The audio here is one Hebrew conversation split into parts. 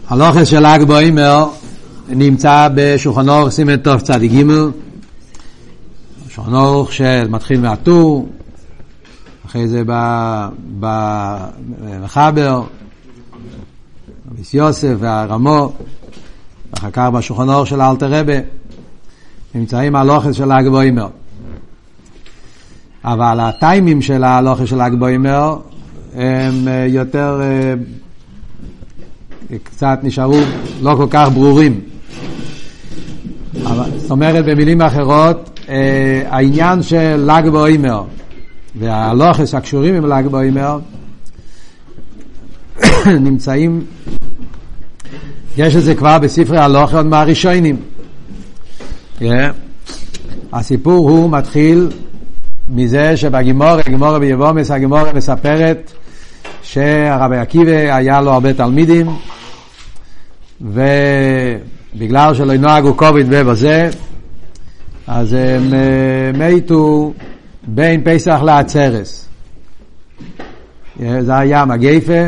הלוחס של ל"ג בעומר נמצא בשולחן אורך סימן תוף צדיק ג', שולחן אורך שמתחיל מהטור, אחרי זה במחבר, רבי יוסף והרמו, ואחר כך בשולחן אורך של אלתר רבי, נמצאים הלוחס של ל"ג בעומר. אבל הטיימים של הלוחס של ל"ג בעומר הם יותר קצת נשארו לא כל כך ברורים. זאת אומרת, במילים אחרות, העניין של ל"ג בעומר והלוחס הקשורים עם ל"ג בעומר נמצאים, יש את זה כבר בספרי הלוחס עוד מהראשונים. הסיפור הוא מתחיל מזה שבגימורה ביבומס הגימורה מספרת שהרבי עקיבא היה לו הרבה תלמידים, ובגלל שלא נוהגו קוביד בזה, אז הם מתו בין פסח לעצרס. זה היה מגפה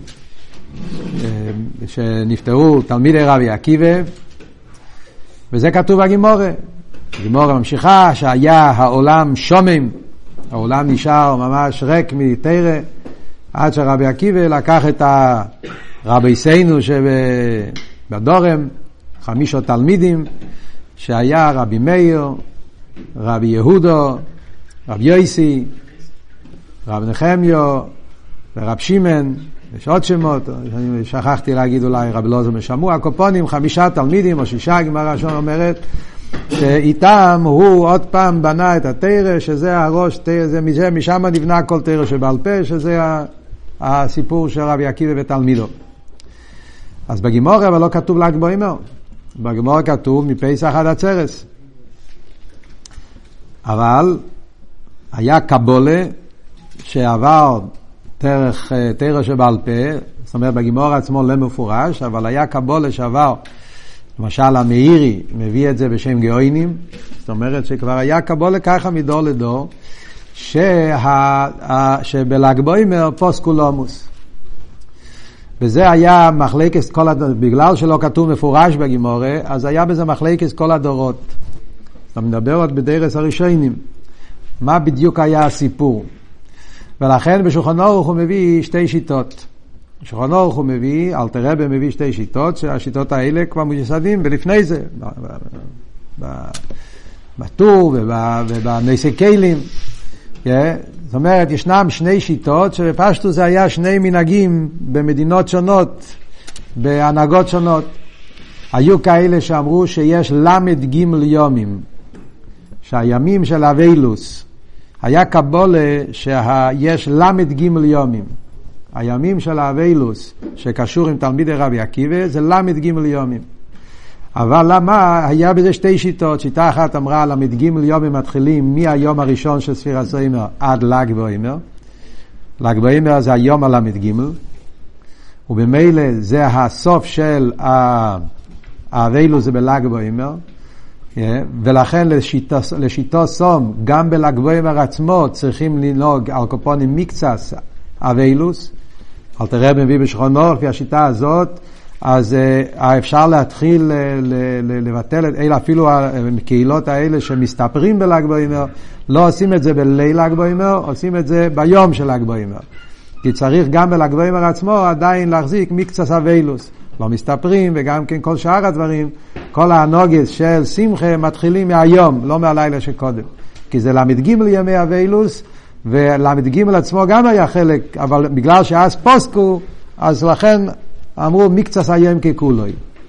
שנפטרו תלמידי רבי עקיבא, וזה כתוב בגימורה. הגימורה ממשיכה שהיה העולם שומם, העולם נשאר ממש ריק מתורה, עד שרבי עקיבא לקח את הרבי סיינו שבדורם, 5 תלמידים, שהיה רבי מאיר, רבי יהודו, רבי יויסי, רבי נחמיו ורב שמעון, יש עוד שמות, אני שכחתי להגיד אולי רבי אלעזר משמוע, הקופונים 5 תלמידים או 6, הגמרא ראשון אומרת, שאיתם הוא עוד פעם בנה את התורה, שזה הראש, זה משם נבנה כל תורה שבעל פה, שזה הסיפור של רבי עקיבא ותלמידו. אז בגימורה אבל לא כתוב ל"ג בעומר, בגימורה כתוב מפסח עד עצרס. אבל היה קבולה שעבר דרך תורה שבעל פה, זאת אומרת בגימורה עצמו לא מפורש, אבל היה קבולה שעבר, למשל המאירי מביא את זה בשם גאונים, זאת אומרת שכבר היה קבולה ככה מדור לדור, שבל"ג בעומר פוסקו לומוס. וזה היה מחלקת כל הדורות, בגלל שלא כתוב מפורש בגימורה, אז היה בזה מחלקת כל הדורות. אתה מדבר עוד בדרס הראשונים, מה בדיוק היה הסיפור. ולכן בשולחן אורך הוא מביא 2 שיטות. בשולחן אורך הוא מביא, אלתר רבי מביא 2 שיטות, שהשיטות האלה כבר מיוסדים, ולפני זה, בטור ובנסי כלים. זאת אומרת, ישנם 2 שיטות, שבפשטו זה היה 2 מנהגים במדינות שונות, בהנהגות שונות. היו כאלה שאמרו שיש למד ג' יומים, שהימים של אבילוס, היה קבולה שיש למד ג' יומים. הימים של האבילוס שקשור עם תלמידי רבי עקיבא זה למד ג' יומים. אבל למה? היה בזה 2 שיטות. שיטה אחת אמרה למד ג' יומים מתחילים מהיום הראשון של ספירת העומר עד ל"ג בעומר. ל"ג בעומר זה היום הלמד ג', ובמילא זה הסוף של האבילוס זה בל"ג בעומר, ולכן לשיטו סום גם בל"ג בעומר עצמו צריכים לנהוג על קופונים מקצת אבילוס. אלתר רבי מביא בשולחן אורך לפי השיטה הזאת, אז אפשר להתחיל לבטל את אלה, אפילו הקהילות האלה שמסתפרים בל"ג בעומר, לא עושים את זה בליל ל"ג בעומר, עושים את זה ביום של ל"ג בעומר. כי צריך גם בל"ג בעומר עצמו עדיין להחזיק מקצת אבילוס. לא מסתפרים, וגם כן כל שאר הדברים, כל הנוגס של שמחה מתחילים מהיום, לא מהלילה שקודם. כי זה למד ג' ימי אבילוס, ולמד ג' עצמו גם היה חלק, אבל בגלל שאז פוסקו, אז לכן אמרו מקצת היום ככולוי.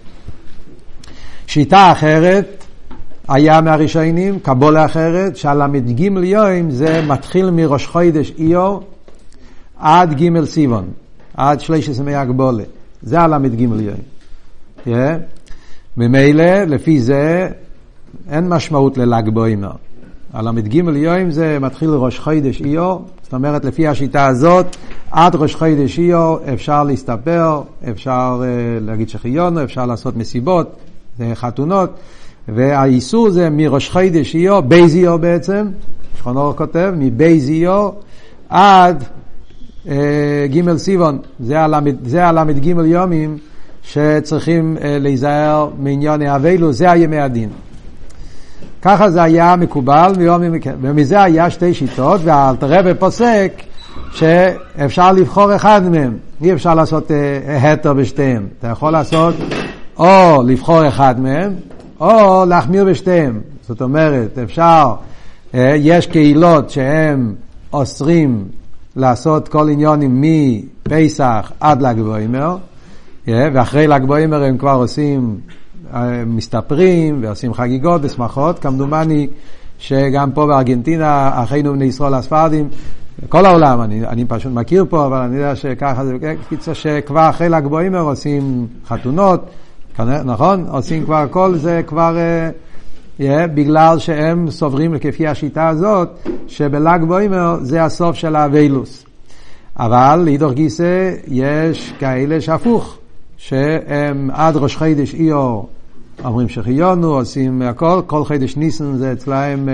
שיטה אחרת היה מהראשונים, קבולה אחרת, שהלמד ג' יום זה מתחיל מראש חודש איור עד ג' סיוון, עד 13 ימי הגבולה. זה הלמד ג' יום. ממילא, לפי זה, אין משמעות לל"ג בעומר. הלמד ג' יום זה מתחיל ראש חודש איור, זאת אומרת, לפי השיטה הזאת, עד ראש חודש איור אפשר להסתפר, אפשר להגיד שחיונו, אפשר לעשות מסיבות, חתונות, והאיסור זה מראש חודש איור, בייז איור בעצם, שולחן אורך כותב, מבייז איור עד ג' סיוון, זה הלמד ג' יומים שצריכים להיזהר מעניין האבילוס, זה הימי הדין. ככה זה היה מקובל, ומזה היה שתי שיטות, והאלטר רבי פוסק שאפשר לבחור אחד מהם, אי אפשר לעשות היתר בשתיהם. אתה יכול לעשות או לבחור אחד מהם, או להחמיר בשתיהם. זאת אומרת, אפשר, יש קהילות שהם אוסרים לעשות כל עניונים מפסח עד ל"ג בעומר, ואחרי ל"ג בעומר הם כבר עושים, מסתפרים ועושים חגיגות ושמחות. כמדומני שגם פה בארגנטינה, אחינו בני ישראל הספרדים, כל העולם, אני פשוט מכיר פה, אבל אני יודע שככה זה, קיצור שכבר אחרי ל"ג בעומר עושים חתונות, נכון? עושים כבר כל זה כבר, בגלל שהם סוברים כפי השיטה הזאת, שבל"ג בעומר זה הסוף של האבילוס. אבל להידור גיסא יש כאלה שהפוך, שהם עד ראש חודש איור אומרים שחיינו, עושים הכל, כל חודש ניסן זה אצלהם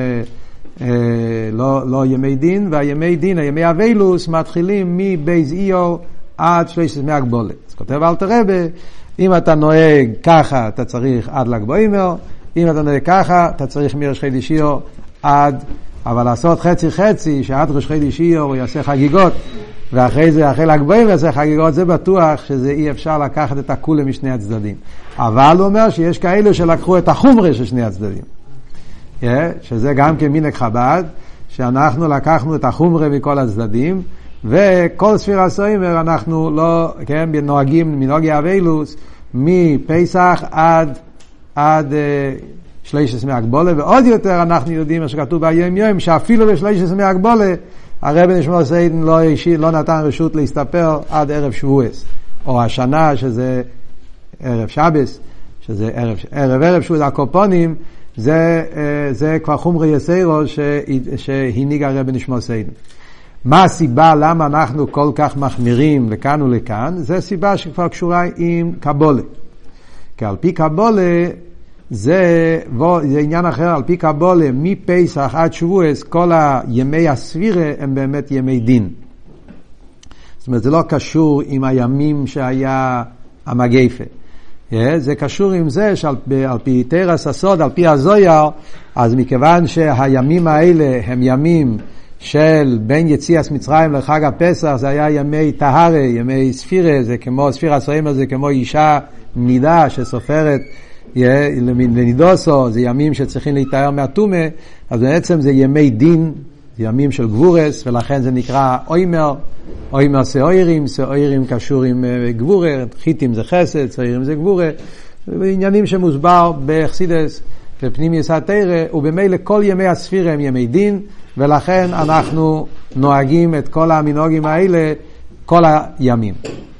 לא ימי דין, והימי דין, הימי אבילוס, מתחילים מבייז איור עד 13 הגבולת. אז כותב אלתר רבי, אם אתה נוהג ככה, אתה צריך עד ל"ג בעומר, אם אתה נוהג ככה, אתה צריך מראש חודש איור עד, אבל לעשות חצי חצי, שעד ראש חודש איור הוא יעשה חגיגות, ואחרי זה, אחרי ל"ג בעומר יעשה חגיגות, זה בטוח שזה אי אפשר לקחת את הכולה משני הצדדים. אבל הוא אומר שיש כאלו שלקחו את החומרה של שני הצדדים. שזה גם כמנהג חב"ד, שאנחנו לקחנו את החומרה מכל הצדדים, וכל ספירת סוימר אנחנו לא, כן, נוהגים מנהג האבילוס מפסח עד 13 הגבולה, ועוד יותר אנחנו יודעים מה שכתוב ביום יום, שאפילו ב13 הגבולה הרבי נשמור סיידן לא נתן רשות להסתפר עד ערב שבועס, או השנה שזה ערב שבס, שזה ערב שבועס, הקופונים, זה כבר חומרי יסיירו שהניג הרבי נשמור סיידן. מה הסיבה למה אנחנו כל כך מחמירים לכאן ולכאן? זה סיבה שכבר קשורה עם קבולה. כי על פי קבולה זה עניין אחר. על פי קבולה מפסח עד שבועס כל הימי הספירה הם באמת ימי דין. זאת אומרת, זה לא קשור עם הימים שהיה המגפה. זה קשור עם זה שעל פי תרס הסוד, על פי הזויר, אז מכיוון שהימים האלה הם ימים של בין יציאת מצרים לחג הפסח, זה היה ימי טהרה, ימי ספירה, זה כמו ספירה סוימר, זה כמו אישה נידה שסופרת לנידוסו, זה ימים שצריכים להתאר מהטומאה, אז בעצם זה ימי דין, זה ימים של גבורס, ולכן זה נקרא אוימר, אוימר סאוירים, סאוירים קשור עם גבורה, חיתים זה חסד, סאוירים זה גבורה, עניינים שמוסבר בחסידס ופנימיוס התורה, ובמילא כל ימי הספירה הם ימי דין, ולכן אנחנו נוהגים את כל המנהגים האלה כל הימים.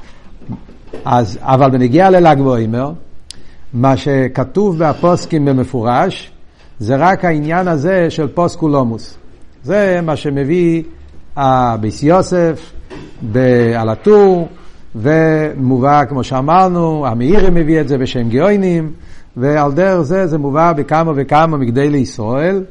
אז, אבל בנגיע לל"ג בעומר, מה שכתוב בפוסקים במפורש, זה רק העניין הזה של פוסקולומוס. זה מה שמביא ביס יוסף על הטור, ומובא, כמו שאמרנו, המאירי מביא את זה בשם גאונים, ועל דרך זה מובא בכמה וכמה מגדלי ישראל,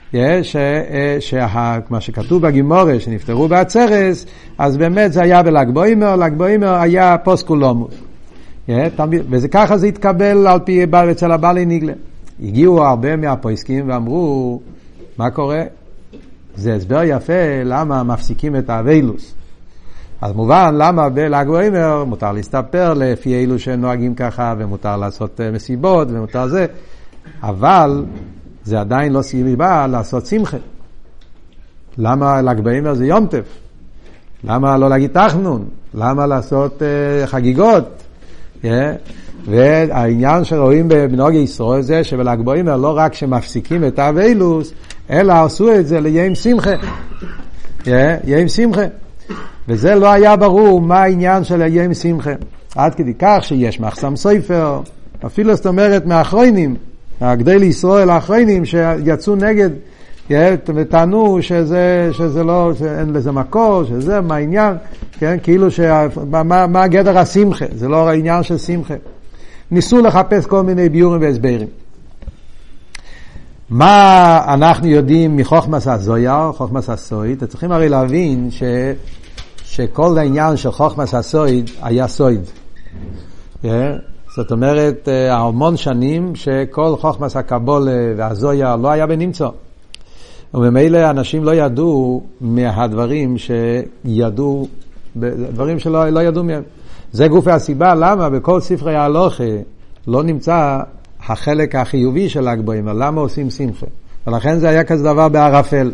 מה שכתוב בגימורה שנפטרו בעצרס, אז באמת זה היה בל"ג בעומר, ל"ג בעומר היה פוסקולומוס. וזה ככה זה התקבל על פי אצל הבעלי ניגלה. הגיעו הרבה מהפוסקים ואמרו, מה קורה? זה הסבר יפה למה מפסיקים את האבילוס. אז מובן למה בל"ג בעומר מותר להסתפר לפי אלו שנוהגים ככה, ומותר לעשות מסיבות ומותר זה, אבל זה עדיין לא סיבה לעשות שמחה. למה ל"ג בעומר זה יום טף? למה לא להגיד תחנון? למה לעשות חגיגות? והעניין שרואים במנהג ישראל זה שבל"ג בעומר לא רק שמפסיקים את האבילוס, אלא עשו את זה ליום שמחה. יום שמחה. וזה לא היה ברור מה העניין של יום שמחה. עד כדי כך שיש מחסם סופר, אפילו זאת אומרת מהאחרונים, הגדולי ישראל האחרונים שיצאו נגד, וטענו שזה לא, שאין לזה מקור, שזה מה העניין, כן? כאילו מה גדר השמחה, זה לא העניין של שמחה. ניסו לחפש כל מיני ביורים והסברים. מה אנחנו יודעים מחוכמת הזויר, חוכמת הסויד? אתם צריכים הרי להבין שכל העניין של חוכמת הסויד היה סויד. זאת אומרת, המון שנים שכל חוכמת הקבולה והזויה לא היה בנמצא. וממילא אנשים לא ידעו מהדברים שידעו, דברים שלא ידעו מהם. זה גוף הסיבה למה בכל ספרי ההלכה לא נמצא החלק החיובי של ל"ג בעומר. למה עושים שמחה? ולכן זה היה כזה דבר בערפל.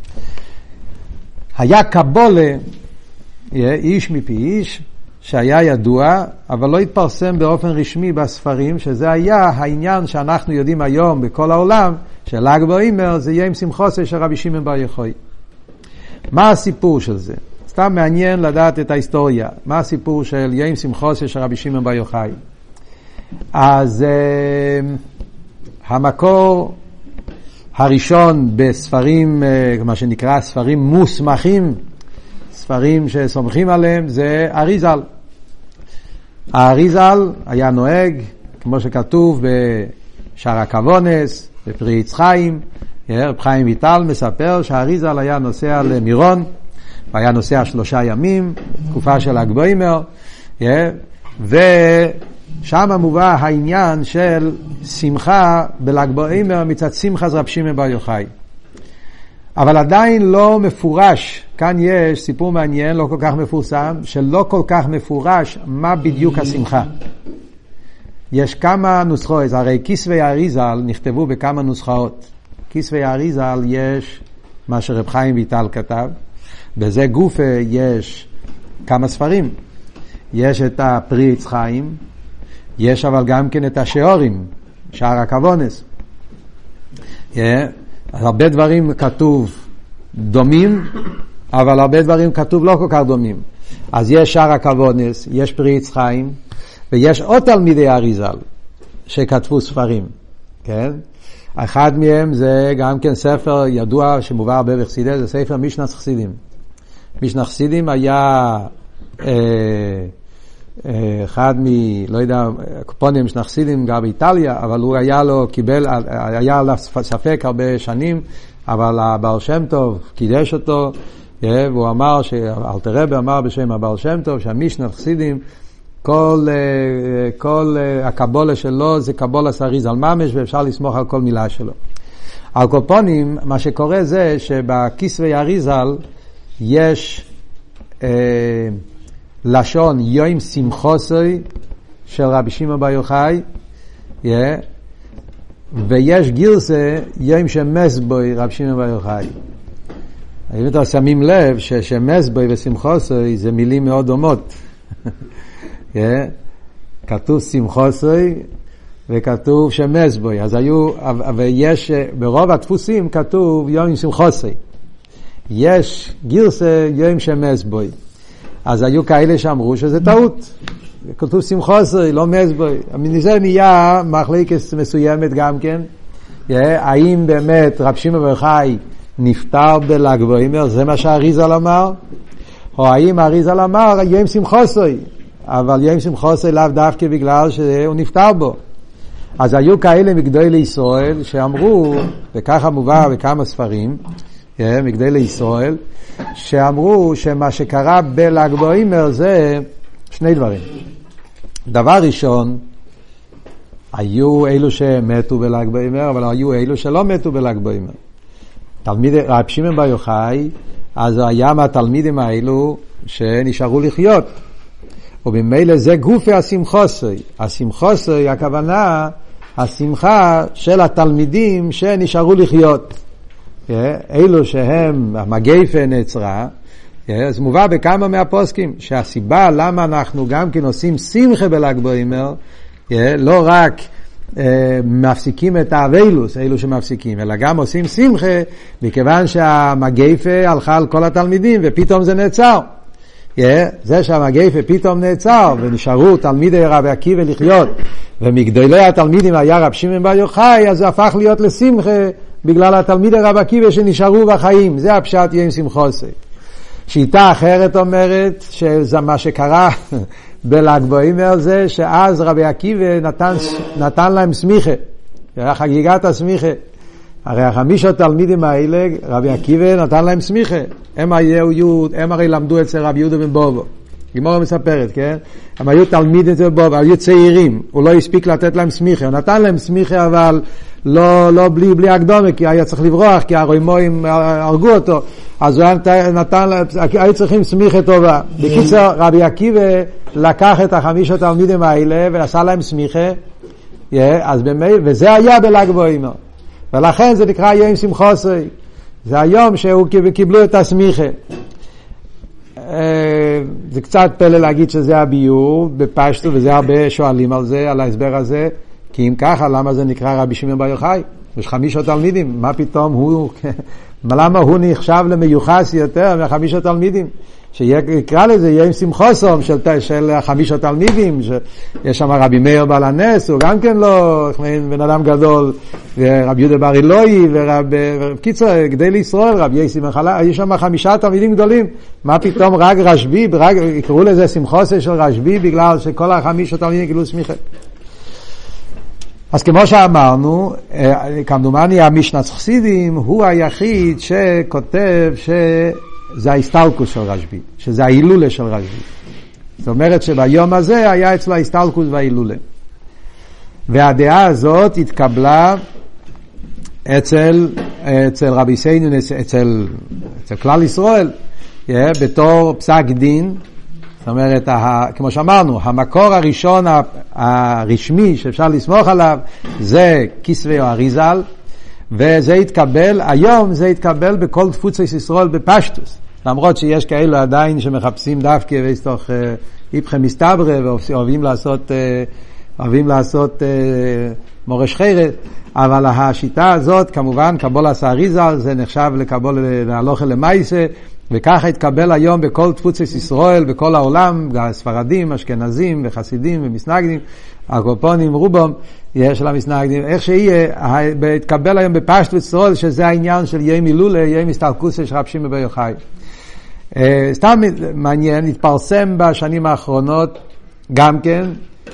היה קבולה, איש מפי איש, שהיה ידוע, אבל לא התפרסם באופן רשמי בספרים, שזה היה העניין שאנחנו יודעים היום בכל העולם, של"ג בעומר זה יום שמחוסי של רבי שמעון בר יוחאי. מה הסיפור של זה? סתם מעניין לדעת את ההיסטוריה. מה הסיפור של יום שמחוסי של רבי שמעון בר יוחאי? אז המקור הראשון בספרים, מה שנקרא ספרים מוסמכים, ספרים שסומכים עליהם, זה אריזל. האריזל היה נוהג, כמו שכתוב בשער הכוונס, בפרי עץ חיים, רב חיים ויטל מספר שהאריזל היה נוסע למירון, והיה נוסע 3 ימים, תקופה של ל"ג בעומר, ושם מובא העניין של שמחה בל"ג בעומר מצד שמחת רבי שמעון בר יוחאי. אבל עדיין לא מפורש, כאן יש סיפור מעניין, לא כל כך מפורסם, שלא כל כך מפורש מה בדיוק השמחה. יש כמה נוסחאות, הרי כסבי האריזל נכתבו בכמה נוסחאות. כסבי האריזל יש מה שרב חיים ויטל כתב, בזה גופה יש כמה ספרים. יש את הפרי עץ חיים, יש אבל גם כן את השיעורים, שער הכוונס. הרבה דברים כתוב דומים, אבל הרבה דברים כתוב לא כל כך דומים. אז יש שער הכוונס, יש פרי עץ חיים, ויש עוד תלמידי אריזל שכתבו ספרים, כן? אחד מהם זה גם כן ספר ידוע שמובא הרבה בחסידות, זה ספר משנת חסידים. משנת חסידים היה אחד לא יודע, קופונים משנת חסידים גר באיטליה, אבל הוא היה לו, היה לו ספק הרבה שנים, אבל הבעל שם טוב קידש אותו, והוא אמר, אלתר רבי אמר בשם הבעל שם טוב, שהמשנת חסידים, כל הקבולה שלו זה קבולה אריזל ממש, ואפשר לסמוך על כל מילה שלו. על קופונים, מה שקורה זה שבכסבי אריזל יש לשון יום שמחוסי של רבי שמעון בר יוחאי, ויש גרסה יום שמסבוי רבי שמעון בר יוחאי. אם אתם שמים לב שמסבוי ושמחוסי זה מילים מאוד דומות. כתוב שמחוסי וכתוב שמסבוי, אז היו, ויש ברוב הדפוסים כתוב יום שמחוסי, יש גרסה יום שמסבוי. אז היו כאלה שאמרו שזה טעות, כתוב שמחוסי לא מסבוי. מזה נהיה מחלוקת מסוימת גם כן, האם באמת רבי שמעון בר יוחאי נפטר בל"ג בעומר, זה מה שהאריזל אמר, או האם האריזל אמר יום שמחוסי, אבל יום שמחוסי לאו דווקא בגלל שהוא נפטר בו. אז היו כאלה מגדולי ישראל שאמרו, וככה מובא בכמה ספרים, מגדולי ישראל, שאמרו שמה שקרה בל"ג בעומר זה שני דברים. דבר ראשון, היו אלו שמתו בל"ג בעומר, אבל היו אלו שלא מתו בל"ג בעומר. תלמיד רבי שמעון בר יוחאי, אז היה מהתלמידים האלו שנשארו לחיות. ובמילא זה גופי השמחוסי. השמחוסי, הכוונה, השמחה של התלמידים שנשארו לחיות. אלו שהם, המגפה נעצרה, אז מובא בכמה מהפוסקים, שהסיבה למה אנחנו גם כן עושים שמחה בל"ג בעומר, לא רק מפסיקים את האבילוס, אלו שמפסיקים, אלא גם עושים שמחה, מכיוון שהמגפה הלכה על כל התלמידים, ופתאום זה נעצר. זה שהמגפה פתאום נעצר, ונשארו תלמידי רבי עקיבא לחיות, ומגדולי התלמידים היה רבי שמעון בר יוחאי, אז זה הפך להיות לשמחה, בגלל התלמידי רבי עקיבא שנשארו בחיים. זה הפשט יום שמחוסי. שיטה אחרת אומרת, שזה מה שקרה בל"ג בעומר, זה שאז רבי עקיבא נתן להם סמיכה, חגיגת הסמיכה. הרי 5 תלמידים האלה, רבי עקיבא נתן להם סמיכה. הם הרי למדו אצל רבי יהודה בן בובו. גמורה מספרת, כן? הם היו תלמידים בו, היו צעירים, הוא לא הספיק לתת להם סמיכה, הוא נתן להם סמיכה אבל לא בלי הקדומה, כי היה צריך לברוח, כי הרוימואים הרגו אותו, אז הוא נתן להם, היו צריכים סמיכה טובה. בקיצור, רבי עקיבא לקח את 5 התלמידים האלה ועשה להם סמיכה, אז וזה היה בל"ג בעומר, ולכן זה נקרא יום שמחוסי, זה היום שהוא קיבלו את הסמיכה. זה קצת פלא להגיד שזה הביור בפשטות, וזה הרבה שואלים על זה, על ההסבר הזה, כי אם ככה, למה זה נקרא רבי שמעון בר יוחאי? יש 5 תלמידים, מה פתאום הוא, למה הוא נחשב למיוחס יותר מ5 תלמידים? שיקרא לזה יום שמחוסום של 5 תלמידים, שיש שם רבי מאיר בעל הנס, הוא גם כן לא בן אדם גדול, ורבי יהודה בר אילוי, קיצור, גדול ישראל, רבי יוסי מחלה, יש שם 5 תלמידים גדולים, מה פתאום רק רשב"י, יקראו לזה שמחוסה של רשב"י, בגלל שכל 5 תלמידים קיבלו סמיכה. אז כמו שאמרנו, כמדומני המשנת חסידים הוא היחיד שכותב זה ההסתלקוס של רשב"י, שזה ההילולה של רשב"י. זאת אומרת שביום הזה היה אצלו ההסתלקוס וההילולה. והדעה הזאת התקבלה אצל רבי סיינו, אצל כלל ישראל, בתור פסק דין. זאת אומרת, כמו שאמרנו, המקור הראשון הרשמי שאפשר לסמוך עליו זה כסבי או אריזל, וזה התקבל, היום זה התקבל בכל תפוצות ישראל בפשטוס. למרות שיש כאלו עדיין שמחפשים דווקא ויסתוך איפכם מסתברא ואוהבים לעשות מורש חירת, אבל השיטה הזאת כמובן קבולת האריזל זה נחשב לקבול להלוכה למעשה, וככה התקבל היום בכל תפוצות ישראל בכל העולם, ספרדים, אשכנזים וחסידים ומסנגדים, הקופונים, רובם יש לה מסנגדים, איך שיהיה, התקבל היום בפשטות ישראל שזה העניין של יום הילולה, יום הסתלקוס של רבי שמעון בר יוחאי. סתם מעניין, התפרסם בשנים האחרונות גם כן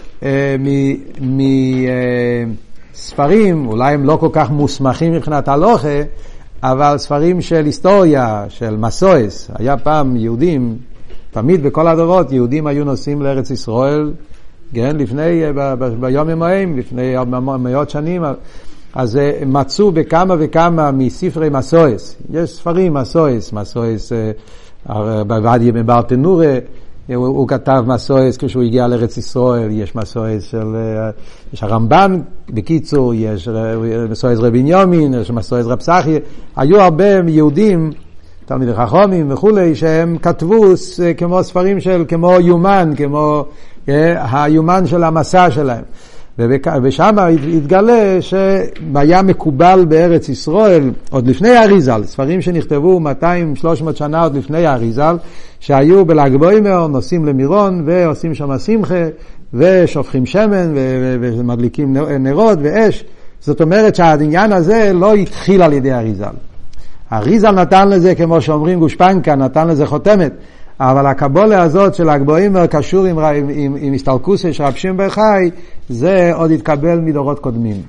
מספרים, אולי הם לא כל כך מוסמכים מבחינת הלוכה, אבל ספרים של היסטוריה, של מסויס. היה פעם יהודים, תמיד בכל הדורות, יהודים היו נוסעים לארץ ישראל, כן, לפני, ביום ימיים, לפני מאות שנים, אז מצאו בכמה וכמה מספרי מסויס. יש ספרים מסויס, בעבדיה בבר תנורה, הוא כתב מסויס כשהוא הגיע לארץ ישראל, יש מסויס יש הרמב"ן, בקיצור, יש מסויס רבי בנימין, יש מסויס רב סחיה, היו הרבה יהודים, תלמידי חכמים וכולי, שהם כתבו כמו ספרים כמו יומן, כמו היומן של המסע שלהם. ושם התגלה שהיה מקובל בארץ ישראל, עוד לפני האריזל, ספרים שנכתבו 200-300 שנה עוד לפני האריזל, שהיו בל"ג בעומר, נוסעים למירון ועושים שם שמחה, ושופכים שמן ומדליקים נרות ואש. זאת אומרת שהעניין הזה לא התחיל על ידי האריזל. האריזל נתן לזה, כמו שאומרים גושפנקה, נתן לזה חותמת, אבל הקבולה הזאת של ל"ג בעומר קשור עם הסתלקוס של רבי שמעון בר יוחאי, זה עוד התקבל מדורות קודמים.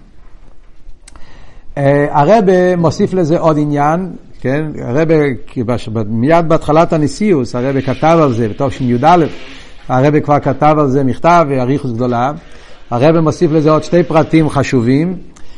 הרב מוסיף לזה עוד עניין, כן? הרב מיד בהתחלת הנשיאוס, הרב כתב על זה, בתוך י"א, הרב כבר כתב על זה מכתב ואריכות גדולה. הרב מוסיף לזה עוד 2 פרטים חשובים.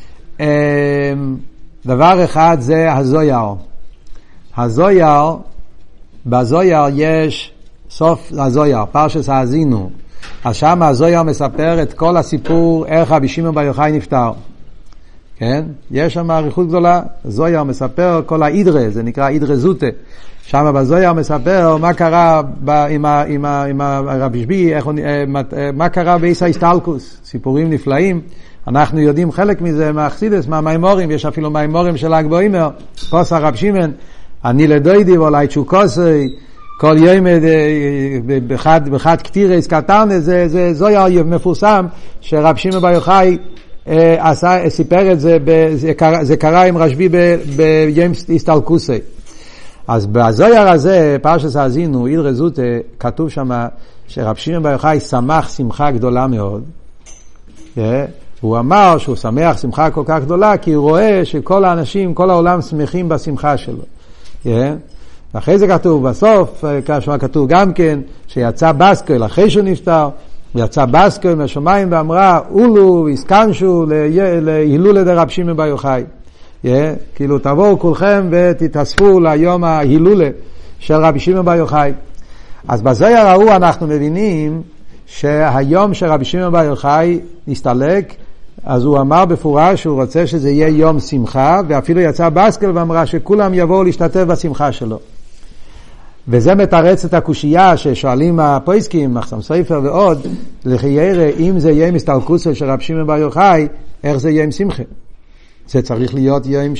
דבר אחד זה הזויר. הזויר, בזויר יש סוף הזויר, פרשת האזינו. אז שם הזויר מספר את כל הסיפור איך רבי שמעון בר יוחאי נפטר. כן? יש שם אריכות גדולה. הזויר מספר כל האידרה, זה נקרא אידרה זוטה. שם בזויר מספר מה קרה עם הרבי שבי, מה קרה באיסא הסתלקוס. סיפורים נפלאים. אנחנו יודעים חלק מזה מהחסידס, מהמיימורים, יש אפילו מיימורים של ל"ג בעומר, פוסח רבי שמעון, אני לדוידי ואולי צ'וקוסי, כל יום בחד כתירס קטרנס, זה זויר מפורסם שרבי שמעון בר יוחאי סיפר את זה, זה קרה עם רשב"י ביום הסתלקוסי. אז בזויר הזה, פרשת האזינו, אידרה זוטה, כתוב שם שרבי שמעון בר יוחאי שמח שמחה גדולה מאוד. הוא אמר שהוא שמח שמחה כל כך גדולה, כי הוא רואה שכל האנשים, כל העולם שמחים בשמחה שלו. ואחרי זה כתוב בסוף, כאשר כתוב גם כן, שיצא בסקל אחרי שהוא נפטר, ויצא בסקל מהשמיים ואמרה, אולו והסכנשו להילולה דרב שמעון בר יוחאי. כאילו תבואו כולכם ותתאספו ליום ההילולה של רבי שמעון בר יוחאי. אז בזוהר ההוא אנחנו מבינים שהיום שרבי שמעון בר יוחאי נסתלק, אז הוא אמר בפורש שהוא רוצה שזה יהיה יום שמחה, ואפילו יצא בסקל ואמרה שכולם יבואו להשתתף בשמחה שלו. וזה מתרץ את הקושייה ששואלים הפויסקים, מחסם סופר ועוד, לחיירה, אם זה יהיה מסתלקותו של רבי שמעון בר יוחאי, איך זה יהיה עם שמחה? זה צריך להיות יום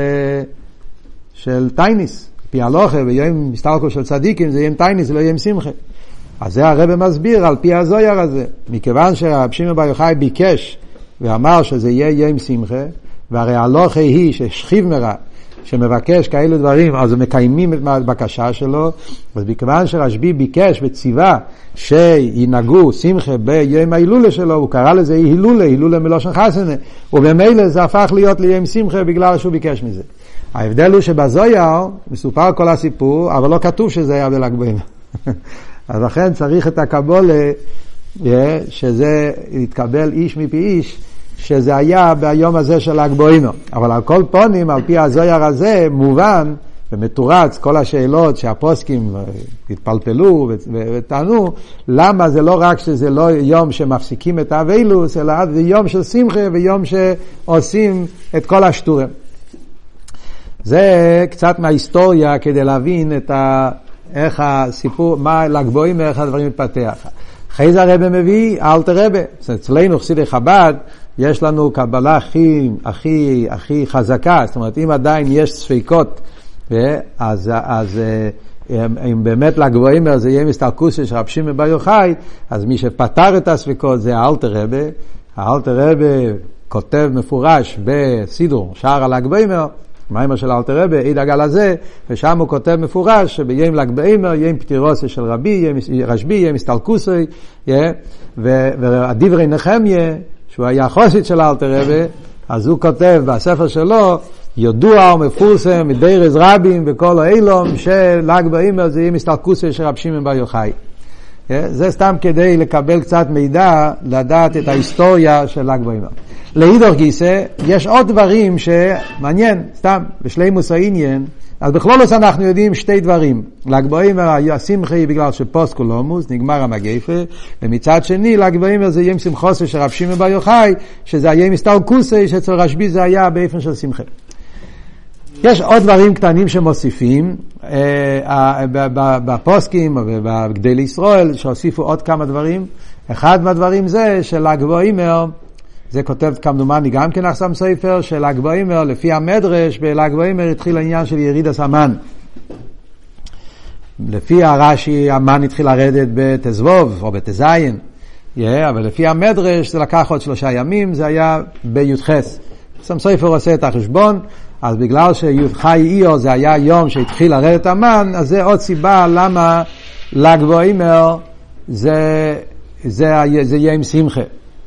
של טייניס, פי הלוכה, ויום מסתלקות של צדיקים, זה יהיה עם טייניס, זה לא יהיה עם שמחה. אז זה הרב מסביר על פי הזויר הזה, מכיוון שרבי שמעון בר יוחאי ביקש, ואמר שזה יהיה יום שמחה, והרי הלוכה היא ששכיב מרע, שמבקש כאלה דברים, אז הם מקיימים את הבקשה שלו, אז בכיוון שרשב"י ביקש וציווה שינהגו שמחה ביום ההילולה שלו, הוא קרא לזה הילולה מלושן חסנה, ובמילא זה הפך להיות ליום שמחה בגלל שהוא ביקש מזה. ההבדל הוא שבזויר מסופר כל הסיפור, אבל לא כתוב שזה היה בל"ג בעומר. אז לכן צריך את הקבולה, שזה יתקבל איש מפי איש, שזה היה ביום הזה של ל"ג בעומר. אבל על כל פנים, על פי הזויר הזה, מובן ומתורץ כל השאלות שהפוסקים התפלפלו וטענו, למה זה לא רק שזה לא יום שמפסיקים את האבילוס, אלא זה יום של שמחה ויום שעושים את כל השטורים. זה קצת מההיסטוריה כדי להבין איך הסיפור, מה ל"ג בעומר, איך הדברים מתפתח. אחרי זה הרב מביא אלתר רבי. אצלנו חסידי חב"ד יש לנו קבלה הכי חזקה, זאת אומרת אם עדיין יש ספקות, אז אם באמת ל"ג בעומר זה יהיה מסתלקותו של רבי שמעון בר יוחאי, אז מי שפתר את הספקות זה האלתר רבי. האלתר רבי כותב מפורש בסידור שער הל"ג בעומר, מאמר של אלתר רבי, ידאג על זה, ושם הוא כותב מפורש שביום ל"ג בעומר יום פטירוסו של רשב"י, יום הסתלקותו, והדברי נחמיה, שהוא היה חסיד של אלתר רבי, אז הוא כותב בספר שלו, ידוע ומפורסם מדרש רבים בכל העולם, של"ג בעומר זה יום הסתלקותו של רבי שמעון בר יוחאי. זה סתם כדי לקבל קצת מידע, לדעת את ההיסטוריה של ל"ג בעומר. לאידור גיסא, יש עוד דברים שמעניין, סתם, בשלימוס העניין, אז בכלולוס אנחנו יודעים שתי דברים. ל"ג בעומר השמחה היא בגלל שפוסקו לומוס, נגמר המגפה, ומצד שני, ל"ג בעומר זה יום שמחוסו של רבי שמעון בר יוחאי, שזה היום הסתלקותו, שאצל רשב"י זה היה באופן של שמחה. יש עוד דברים קטנים שמוסיפים בפוסקים ובגדולי ישראל, שהוסיפו עוד כמה דברים. אחד מהדברים זה של"ג בעומר, זה כותב כמדומני גם כן מחסם סופר, של"ג בעומר לפי המדרש בל"ג בעומר התחיל העניין של ירידת המן. לפי הרש"י המן התחיל לרדת בתזבוב או בתזיין, אבל לפי המדרש זה לקח עוד 3 ימים, זה היה בי"ח. מחסם סופר עושה את החשבון, אז בגלל שי"ח אייר זה היה יום שהתחיל לרדת המן, אז זה עוד סיבה למה ל"ג בעומר זה יהיה עם שמחה.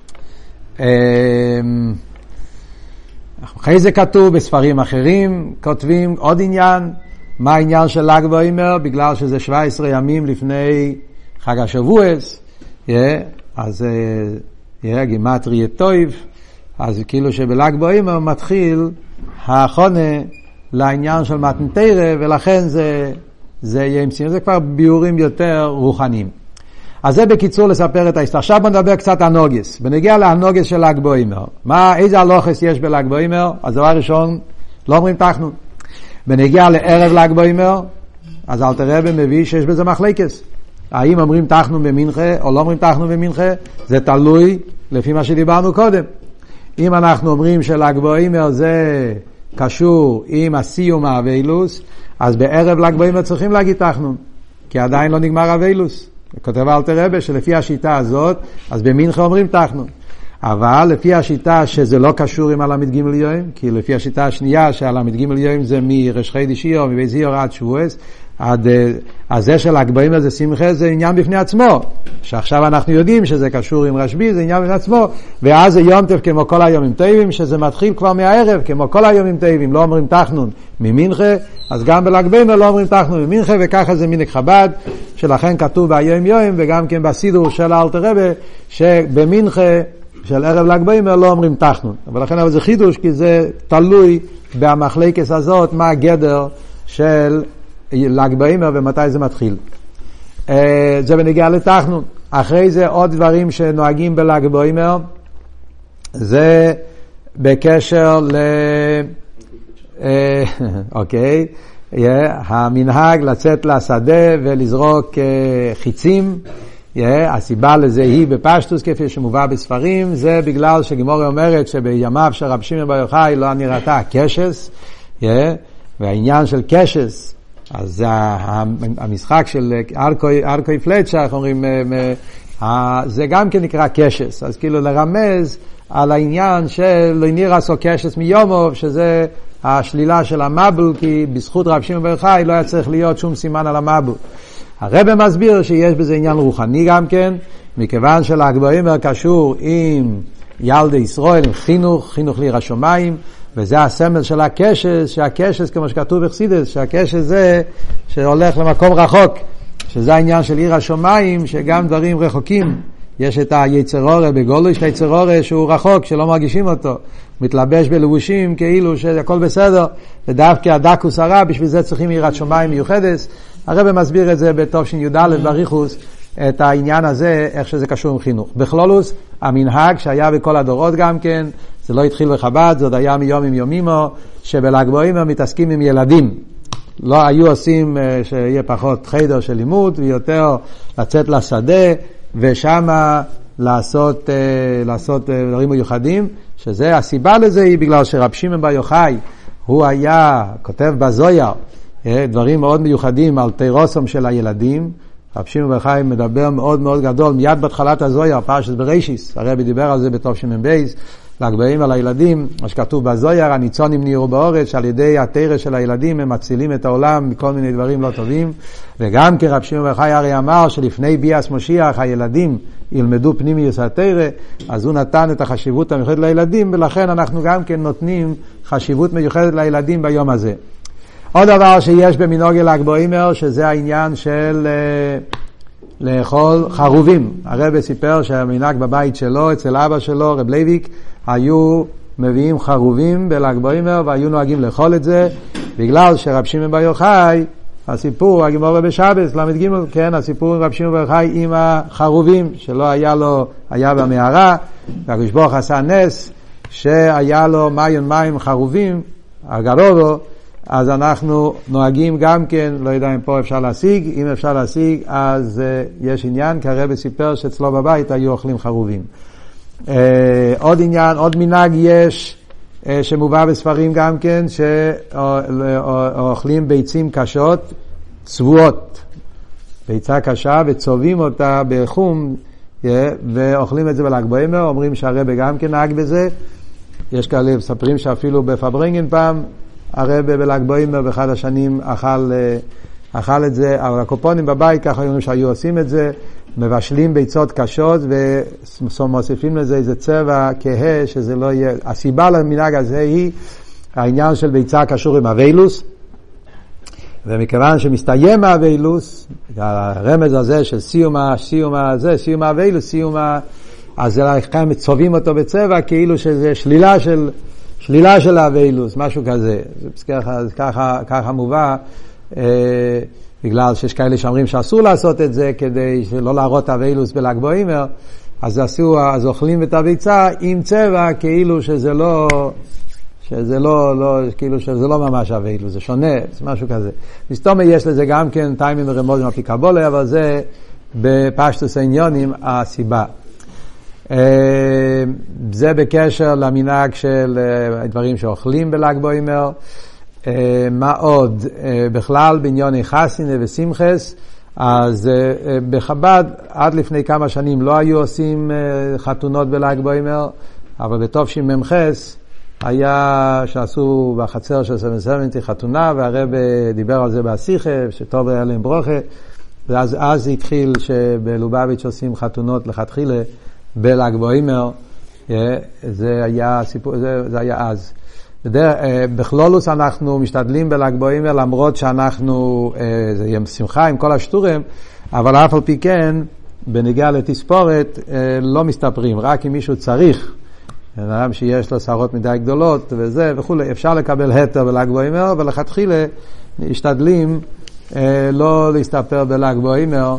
אחרי זה כתוב בספרים אחרים, כותבים עוד עניין, מה העניין של ל"ג בעומר, בגלל שזה 17 ימים לפני חג השבועס, אז גימטריה טוב, אז כאילו שבל"ג בעומר מתחיל החונה לעניין של מתן תורה, ולכן זה יהיה עם שמחה. זה כבר ביורים יותר רוחניים. אז זה בקיצור לספר את ההיסטוריה. עכשיו בוא נדבר קצת הנוגס. בנגיע להנוגס של ל"ג בעומר. איזה הלוחס יש בל"ג בעומר? אז דבר ראשון, לא אומרים תחנון. בנגיע לערב ל"ג בעומר, אז אלתר רבי מביא שיש בזה מחלקס. האם אומרים תחנון במנחה או לא אומרים תחנון במנחה? זה תלוי לפי מה שדיברנו קודם. אם אנחנו אומרים של"ג בעומר זה קשור עם הסיום האבילוס, אז בערב ל"ג בעומר צריכים להגיד תחנון, כי עדיין לא נגמר האבילוס. כותב אלתר רבי שלפי השיטה הזאת, אז במנחה אומרים תחנון. אבל לפי השיטה שזה לא קשור עם הל"ג יום, כי לפי השיטה השנייה שהל"ג יום זה מראש חודש אייר, מבית אייר עד שבועס, אז זה של ל"ג בעומר זה שמחה, זה עניין בפני עצמו, שעכשיו אנחנו יודעים שזה קשור עם רשב"י, זה עניין בפני עצמו, ואז זה יום טוב כמו כל היומים טובים, שזה מתחיל כבר מהערב, כמו כל היומים טובים, לא אומרים תחנון ממנחה, אז גם בל"ג בעומר לא אומרים תחנון ממנחה, וככה זה מנהג חב"ד, שלכן כתוב ביום יום, וגם כן בסידור של האלטר רבי, שבמנחה של ערב ל"ג בעומר לא אומרים תחנון, ולכן אבל זה חידוש, כי זה תלוי במחלקת הזאת, מה הגדר של ל"ג בעומר ומתי זה מתחיל. זה בנגיע לתחנון. אחרי זה עוד דברים שנוהגים בל"ג בעומר, זה בקשר אוקיי, המנהג לצאת לשדה ולזרוק חיצים. הסיבה לזה היא בפשטוס כפי שמובא בספרים, זה בגלל שגמרא אומרת שבימיו של רב שמעון בר יוחאי לא נראתה הקשס, והעניין של קשס, אז זה המשחק של ארקוי פלצ'ה, איך אומרים, זה גם כן נקרא קשס, אז כאילו לרמז על העניין של לא נראה סו קשס מיומוב, שזה השלילה של המבול, כי בזכות רב שמעון בר יוחאי לא היה צריך להיות שום סימן על המבול. הרב מסביר שיש בזה עניין רוחני גם כן, מכיוון של"ג בעומר קשור עם ילדי ישראל, עם חינוך ליראת שמיים, וזה הסמל של הקשס, שהקשס כמו שכתוב בחסידות, שהקשס זה שהולך למקום רחוק, שזה העניין של יראת שמיים, שגם דברים רחוקים, יש את היצר אורה בגולו, יש את היצר אורה שהוא רחוק, שלא מרגישים אותו, מתלבש בלבושים כאילו שהכל בסדר, ודווקא הדקוס הרע, בשביל זה צריכים יראת שמיים מיוחדת. הרב מסביר את זה בתש"י בריחוס, את העניין הזה, איך שזה קשור עם חינוך. בכלולוס, המנהג שהיה בכל הדורות גם כן, זה לא התחיל בחב"ד, זה עוד היה מיום עם יומימו, שבל"ג בעומר מתעסקים עם ילדים. לא היו עושים שיהיה פחות חדר של לימוד, ויותר לצאת לשדה, ושמה לעשות דברים מיוחדים, שזה הסיבה לזה היא בגלל שרב שמעון בר יוחאי, הוא היה כותב בזויר, דברים מאוד מיוחדים על תירוסום של הילדים. רב שמעון בר יוחאי מדבר מאוד מאוד גדול, מיד בהתחלת הזויר, פרשת בראשיס, הרבי דיבר על זה בתש"ב, ל"ג בעומר על הילדים, מה שכתוב בזויר, הניצונים נראו באורץ, שעל ידי התירס של הילדים הם מצילים את העולם מכל מיני דברים לא טובים, וגם כי רב שמעון בר יוחאי הרי אמר שלפני ביאס משיח הילדים ילמדו פנימיוס התורה, אז הוא נתן את החשיבות המיוחדת לילדים, ולכן אנחנו גם כן נותנים חשיבות מיוחדת לילדים ביום הזה. עוד דבר שיש במנהג ל"ג בעומר, שזה העניין של לאכול חרובים. הרב סיפר שהמנהג בבית שלו, אצל אבא שלו, רב לייביק, היו מביאים חרובים בל"ג בעומר, והיו נוהגים לאכול את זה, בגלל שרב שמעון בר יוחאי, הסיפור, הגמרא בשבת, למד ג', כן, הסיפור עם רב שמעון בר יוחאי עם החרובים, שלא היה לו, היה במערה, והקדוש ברוך הוא עשה נס, שהיה לו מים חרובים, הגרובו, אז אנחנו נוהגים גם כן, לא יודע אם פה אפשר להשיג, אם אפשר להשיג, אז יש עניין, כי הרב סיפר שאצלו בבית היו אוכלים חרובים. עוד עניין, עוד מנהג יש, שמובא בספרים גם כן, שאוכלים ביצים קשות, צבועות. ביצה קשה וצובעים אותה בחום, ואוכלים את זה בל"ג בעומר, אומרים שהרב גם כן נהג בזה. יש כאלה מספרים שאפילו בפברנגן פעם, הרב בל"ג בעומר באחד השנים אכל את זה, אבל הקופונים בבית ככה אומרים שהיו עושים את זה, מבשלים ביצות קשות ומוסיפים לזה איזה צבע כהה, שזה לא יהיה, הסיבה למנהג הזה היא העניין של ביצה קשור עם הווילוס, ומכיוון שמסתיים הווילוס, הרמז הזה של סיום הווילוס, אז לכם צובעים אותו בצבע כאילו שזה שלילה של הווילוס, משהו כזה. ככה מובא, בגלל שיש כאלה שאומרים שאסור לעשות את זה, כדי שלא להראות הווילוס בל"ג בעומר, אז אוכלים את הביצה עם צבע כאילו שזה לא ממש הווילוס, זה שונה, זה משהו כזה. מסתום יש לזה גם כן טיימים ורמוזים על פי קבולה, אבל זה בפשטוס העניונים הסיבה. זה בקשר למנהג של דברים שאוכלים בל"ג בעומר. מה עוד? בכלל בענייני חסינה ושמחס, אז בחב"ד עד לפני כמה שנים לא היו עושים חתונות בל"ג בעומר, אבל בתש"מ היה שעשו בחצר של 770 חתונה, והרב דיבר על זה בשיחה, שטוב היה להם ברוכה, ואז התחיל שבלובביץ' עושים חתונות לכתחילה בל"ג בעומר, זה היה סיפור, זה היה אז. בכלולוס אנחנו משתדלים בל"ג בעומר, למרות שאנחנו, זה יום שמחה עם כל השטורים, אבל אף על פי כן, בנגיעה לתספורת, לא מסתפרים, רק אם מישהו צריך, אדם שיש לו שערות מדי גדולות וזה וכו', אפשר לקבל היתר בל"ג בעומר, ולכתחילה משתדלים לא להסתפר בל"ג בעומר.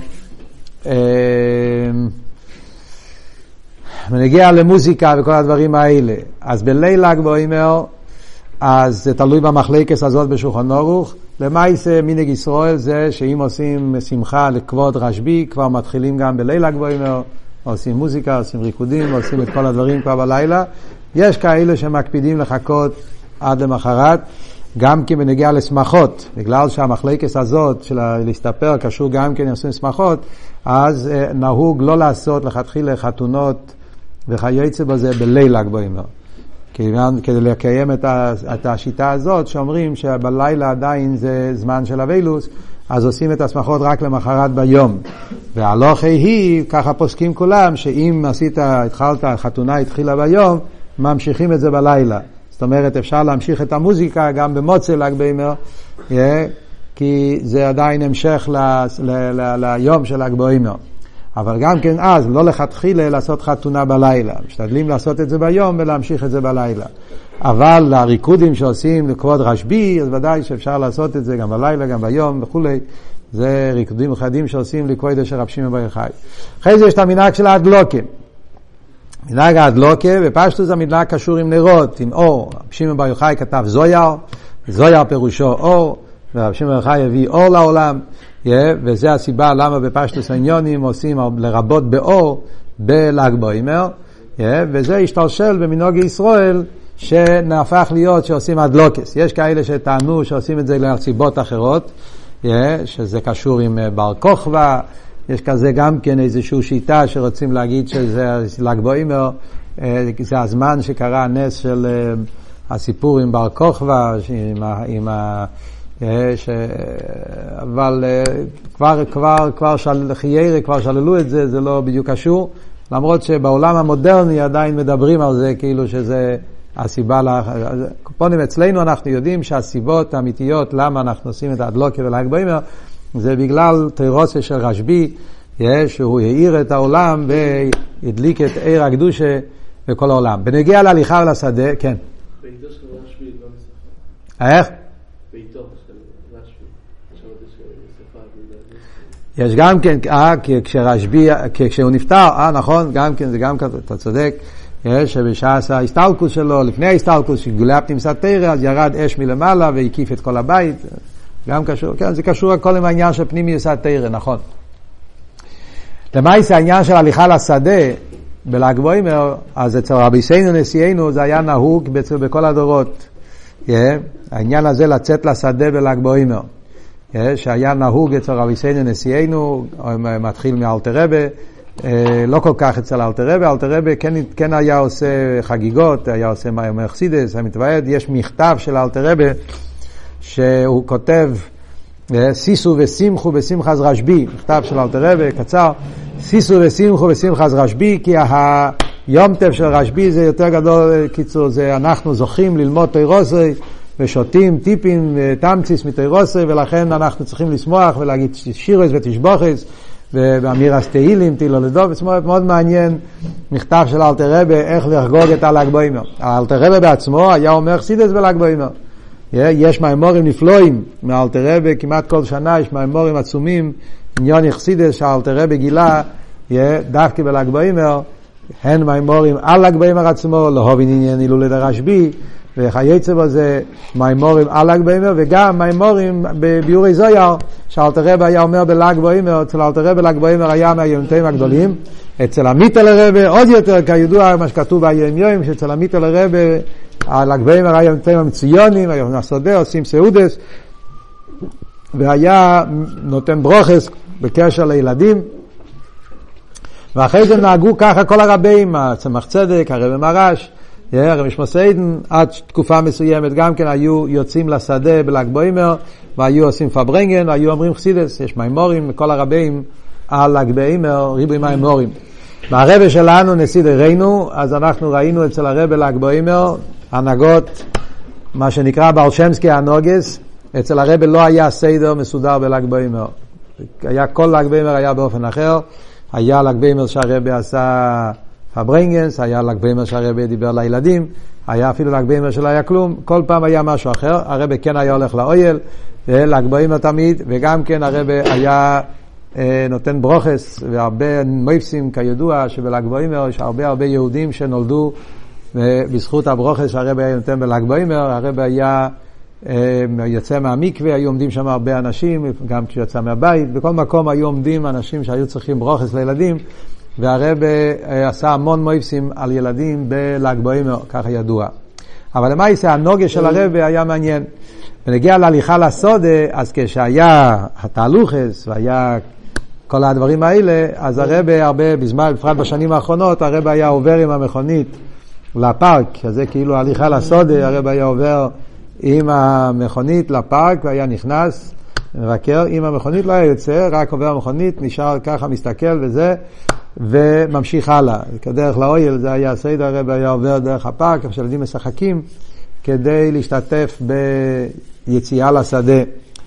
ונגיע למוזיקה וכל הדברים האלה. אז בליל ל"ג בעומר, אז זה תלוי במחלקת הזאת בשולחן ערוך. למעשה מנהג ישראל זה שאם עושים שמחה לכבוד רשב"י, כבר מתחילים גם בליל ל"ג בעומר, עושים מוזיקה, עושים ריקודים, עושים את כל הדברים כבר בלילה. יש כאלה שמקפידים לחכות עד למחרת, גם כי בנגיע לשמחות, בגלל שהמחלקת הזאת של להסתפר קשור גם כן עושים שמחות, אז נהוג לא לעשות לכתחילה חתונות וכיוצא בזה בליל ל"ג בעומר. כדי לקיים את השיטה הזאת, שאומרים שבלילה עדיין זה זמן של אבילוס, אז עושים את השמחות רק למחרת ביום. והלוכה היא, ככה פוסקים כולם, שאם החתונה התחילה ביום, ממשיכים את זה בלילה. זאת אומרת, אפשר להמשיך את המוזיקה גם במוצאי ל"ג בעומר, כי זה עדיין המשך ליום של ל"ג בעומר. אבל גם כן אז, לא לכתחילה לעשות חתונה בלילה. משתדלים לעשות את זה ביום ולהמשיך את זה בלילה. אבל לריקודים שעושים לכבוד רשב"י, אז ודאי שאפשר לעשות את זה גם בלילה, גם ביום וכו'. זה ריקודים אחדים שעושים לכבודו של רב שמעון בר יוחאי. אחרי זה יש את המנהג של ההדלוקה. מנהג ההדלוקה, בפשטות זה המנהג קשור עם נרות, עם אור. רב שמעון בר יוחאי כתב זויר פירושו אור, ורב שמעון בר יוחאי הביא אור לעולם. וזה הסיבה למה בפשטוס העניונים עושים לרבות באור בל"ג בעומר, וזה השתלשל במנהג ישראל שנהפך להיות שעושים הדלוקס. יש כאלה שטענו שעושים את זה לסיבות אחרות, שזה קשור עם בר כוכבא, יש כזה גם כן איזושהי שיטה שרוצים להגיד שזה ל"ג בעומר, זה הזמן שקרה הנס של הסיפור עם בר כוכבא, אבל כבר חיירה, כבר שללו את זה, זה לא בדיוק קשור, למרות שבעולם המודרני עדיין מדברים על זה כאילו שזה הסיבה. פונים אצלנו אנחנו יודעים שהסיבות האמיתיות למה אנחנו עושים את ההדלוקה ול"ג בעומר זה בגלל תירוסה של רשב"י, שהוא העיר את העולם והדליק את עיר הקדושה בכל העולם. בנגיע להליכה ולשדה, כן. ביתו של רשב"י לא מספר. איך? ביתו של רשב"י. יש גם כן, כשרשב"י, כשהוא נפטר, נכון, גם כן, זה גם כן, אתה צודק, שבשעה ההסתלקות שלו, לפני ההסתלקות, שגולה פנימסת תורה, אז ירד אש מלמעלה והקיף את כל הבית, גם קשור, כן, זה קשור הכל עם העניין של פנימיות תורה, נכון. למעשה העניין של הליכה לשדה, בל"ג בעומר, אז אצל רבי סיינו נשיאנו, זה היה נהוג בכל הדורות. העניין הזה לצאת לשדה בל"ג בעומר. שהיה נהוג אצל רבי סיינו נשיאנו, מתחיל מאלתר רבי, לא כל כך אצל אלתר רבי. אלתר רבי כן היה עושה חגיגות, היה עושה מחסידס, המתוועד. יש מכתב של אלתר רבי, שהוא כותב, סיסו ושמחו בשמחת רשב"י, מכתב של אלתר רבי, קצר, סיסו ושמחו בשמחת רשב"י, כי היום טף של רשב"י זה יותר גדול, קיצור, זה אנחנו זוכים ללמוד תירוסי, ושותים טיפים, תמציס מתירוסי, ולכן אנחנו צריכים לשמוח ולהגיד שירס ותשבוחס, ואמירס תהילים, תהילה לדוב, מאוד מעניין, מכתב של אלתר רבי, איך לחגוג את הל"ג בעומר. אלתר רבי בעצמו היה אומר חסידות בל"ג בעומר. יש מאמרים נפלאים מאלתר רבי, כמעט כל שנה יש מאמרים עצומים, עניין חסידות שאלתר רבי גילה, דווקא בל"ג בעומר, הן מאמרים על ל"ג בעומר עצמו, להבין עניין הילולה דרשב"י, וכיוצא בזה מאמרים על ל"ג בעומר, וגם מאמרים בביאורי זויר, שאלתר רבי היה אומר בל"ג בעומר, אצל אלתר רבי ל"ג בעומר היה מהיומתיים הגדולים, אצל המיטל רבי עוד יותר, כידוע מה שכתוב ביום, שאצל המיטל רבי ל"ג בעומר היה יומתיים המצויונים, היה נסודה, עושים סעודס, והיה נותן ברוכס בקשר לילדים, ואחרי זה נהגו ככה כל הרבים, הצמח צדק, הרבי מרש, רבי שמוסיידן עד תקופה מסוימת גם כן היו יוצאים לשדה בל"ג בעומר והיו עושים פברנגן, היו אומרים חסידס, יש מימורים כל הרבים על ל"ג בעומר, ריבוי מימורים. והרבא שלנו נשיא דורנו, אז אנחנו ראינו אצל הרבא ל"ג בעומר הנהגות, מה שנקרא בעל שם סקי הנוגס. אצל הרבא לא היה סדר מסודר בל"ג בעומר, היה כל ל"ג בעומר היה באופן אחר. היה ל"ג בעומר שהרבא עשה פברנגנס, היה ל"ג בעומר שהרבא דיבר לילדים, היה אפילו ל"ג בעומר שלא היה כלום, כל פעם היה משהו אחר. הרבא כן היה הולך לאויל ל"ג בעומר תמיד, וגם כן הרבא היה נותן ברוכס, והרבה מויפסים כידוע שבל"ג בעומר יש הרבה יהודים שנולדו בזכות הברוכס שהרבא היה נותן בל"ג בעומר. הרבא היה יוצא מהמקווה, היו עומדים שם הרבה אנשים, גם כשיוצא מהבית, בכל מקום היו עומדים אנשים שהיו צריכים ברוכס לילדים, והרבא עשה המון מויפסים על ילדים בל"ג בעומר, ככה ידוע. אבל למעשה הנוגה של הרבא היה מעניין. ונגיע להליכה לסודה, אז כשהיה התהלוכס והיה כל הדברים האלה, אז הרבא הרבה בזמן, בפרט בשנים האחרונות, הרבא היה עובר עם המכונית לפארק, אז זה כאילו הליכה לסודה, הרבא היה עובר עם המכונית לפארק והיה נכנס מבקר, עם המכונית לא היה יוצא, רק עובר המכונית, נשאר ככה מסתכל וזה, וממשיך הלאה. כדרך לאויל זה היה סדר, הרבא היה עובר דרך הפארק, איפה שילדים משחקים, כדי להשתתף ביציאה לשדה.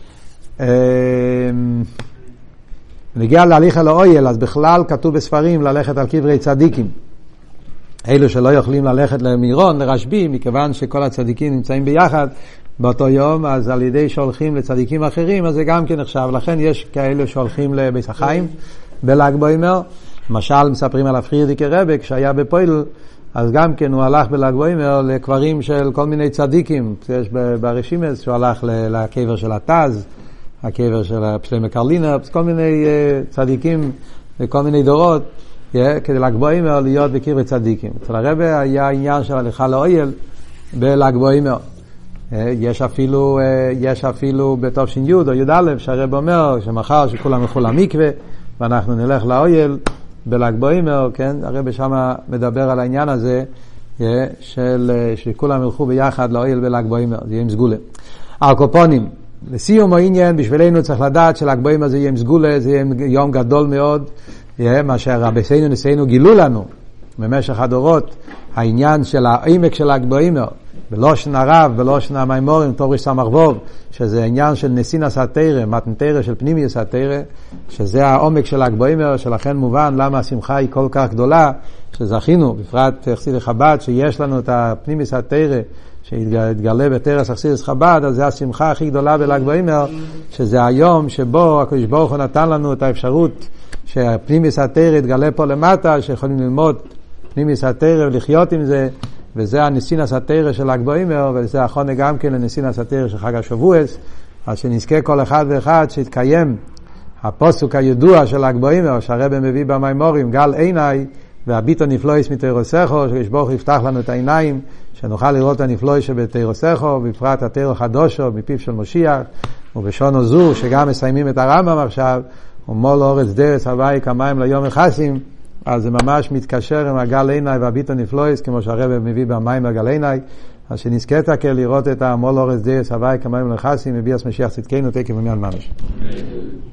נגיע להליכה לאויל, אז בכלל כתוב בספרים ללכת על קברי צדיקים. אלו שלא יכולים ללכת למירון, לרשב"י, מכיוון שכל הצדיקים נמצאים ביחד באותו יום, אז על ידי שהולכים לצדיקים אחרים, אז זה גם כן נחשב. לכן יש כאלו שהולכים לבית החיים בל"ג בעומר. למשל מספרים על הפרידיקי רבי, כשהיה בפויל, אז גם כן הוא הלך בל"ג בעומר לקברים של כל מיני צדיקים. יש ברשימס שהוא הלך לקבר של התז, הקבר של שלמה קרלינר, כל מיני צדיקים וכל מיני דורות, כדי ל"ג בעומר להיות בקברי צדיקים. אצל הרבי היה עניין של הליכה לאויל בל"ג בעומר. יש אפילו בתש"י או י"א שהרבי אומר שמחר שכולם ילכו למקווה ואנחנו נלך לאויל בל"ג בעומר, כן? הרבי שמה מדבר על העניין הזה של שכולם ילכו ביחד לאויל בל"ג בעומר, זה יהיה עם סגולה. הקופונים, לסיום העניין, בשבילנו צריך לדעת של"ג בעומר זה יהיה עם סגולה, זה יהיה יום גדול מאוד, מה שרבותינו ניסינו גילו לנו במשך הדורות, העניין של העמק של ל"ג בעומר, בלושן הרב, בלושן המימורים, תורה סמ"ך, שזה עניין של נסינס התורה, מתן תורה של פנימיוס התורה, שזה העומק של ל"ג בעומר, שלכן מובן למה השמחה היא כל כך גדולה, שזכינו, בפרט חסידי חב"ד, שיש לנו את הפנימיוס התורה, שהתגלה בתרס חסידות חב"ד, אז זה השמחה הכי גדולה בל"ג בעומר, שזה היום שבו הקדוש ברוך הוא נתן לנו את האפשרות שהפנימיוס התורה יתגלה פה למטה, שיכולים ללמוד פנימיוס התורה ולחיות עם זה, וזה הנסינס התורה של ל"ג בעומר, וזה החונה גם כן לנסינס התורה של חג השבועס, אז שנזכה כל אחד ואחד שיתקיים הפסוק הידוע של ל"ג בעומר, שהרבא מביא במימורים, גל עיניי והביטו נפלויס מתורסךו, שקדוש ברוך הוא יפתח לנו את העיניים, שנוכל לראות את הנפלוי שבתורסךו, בפרט התורה החדושו מפיו של משיח, ובשונו זו שגם מסיימים את הרמב"ם עכשיו, ומול אורץ דרס הוואי כמים ליום החסים, אז זה ממש מתקשר עם הגל עיניי והביטו נפלויס, כמו שהרבא מביא במים הגל עיניי, אז שנזכת לראות את המול אורץ דרס הוואי כמים לחסים, מביאס משיח צדקנו תקף עניין ממש.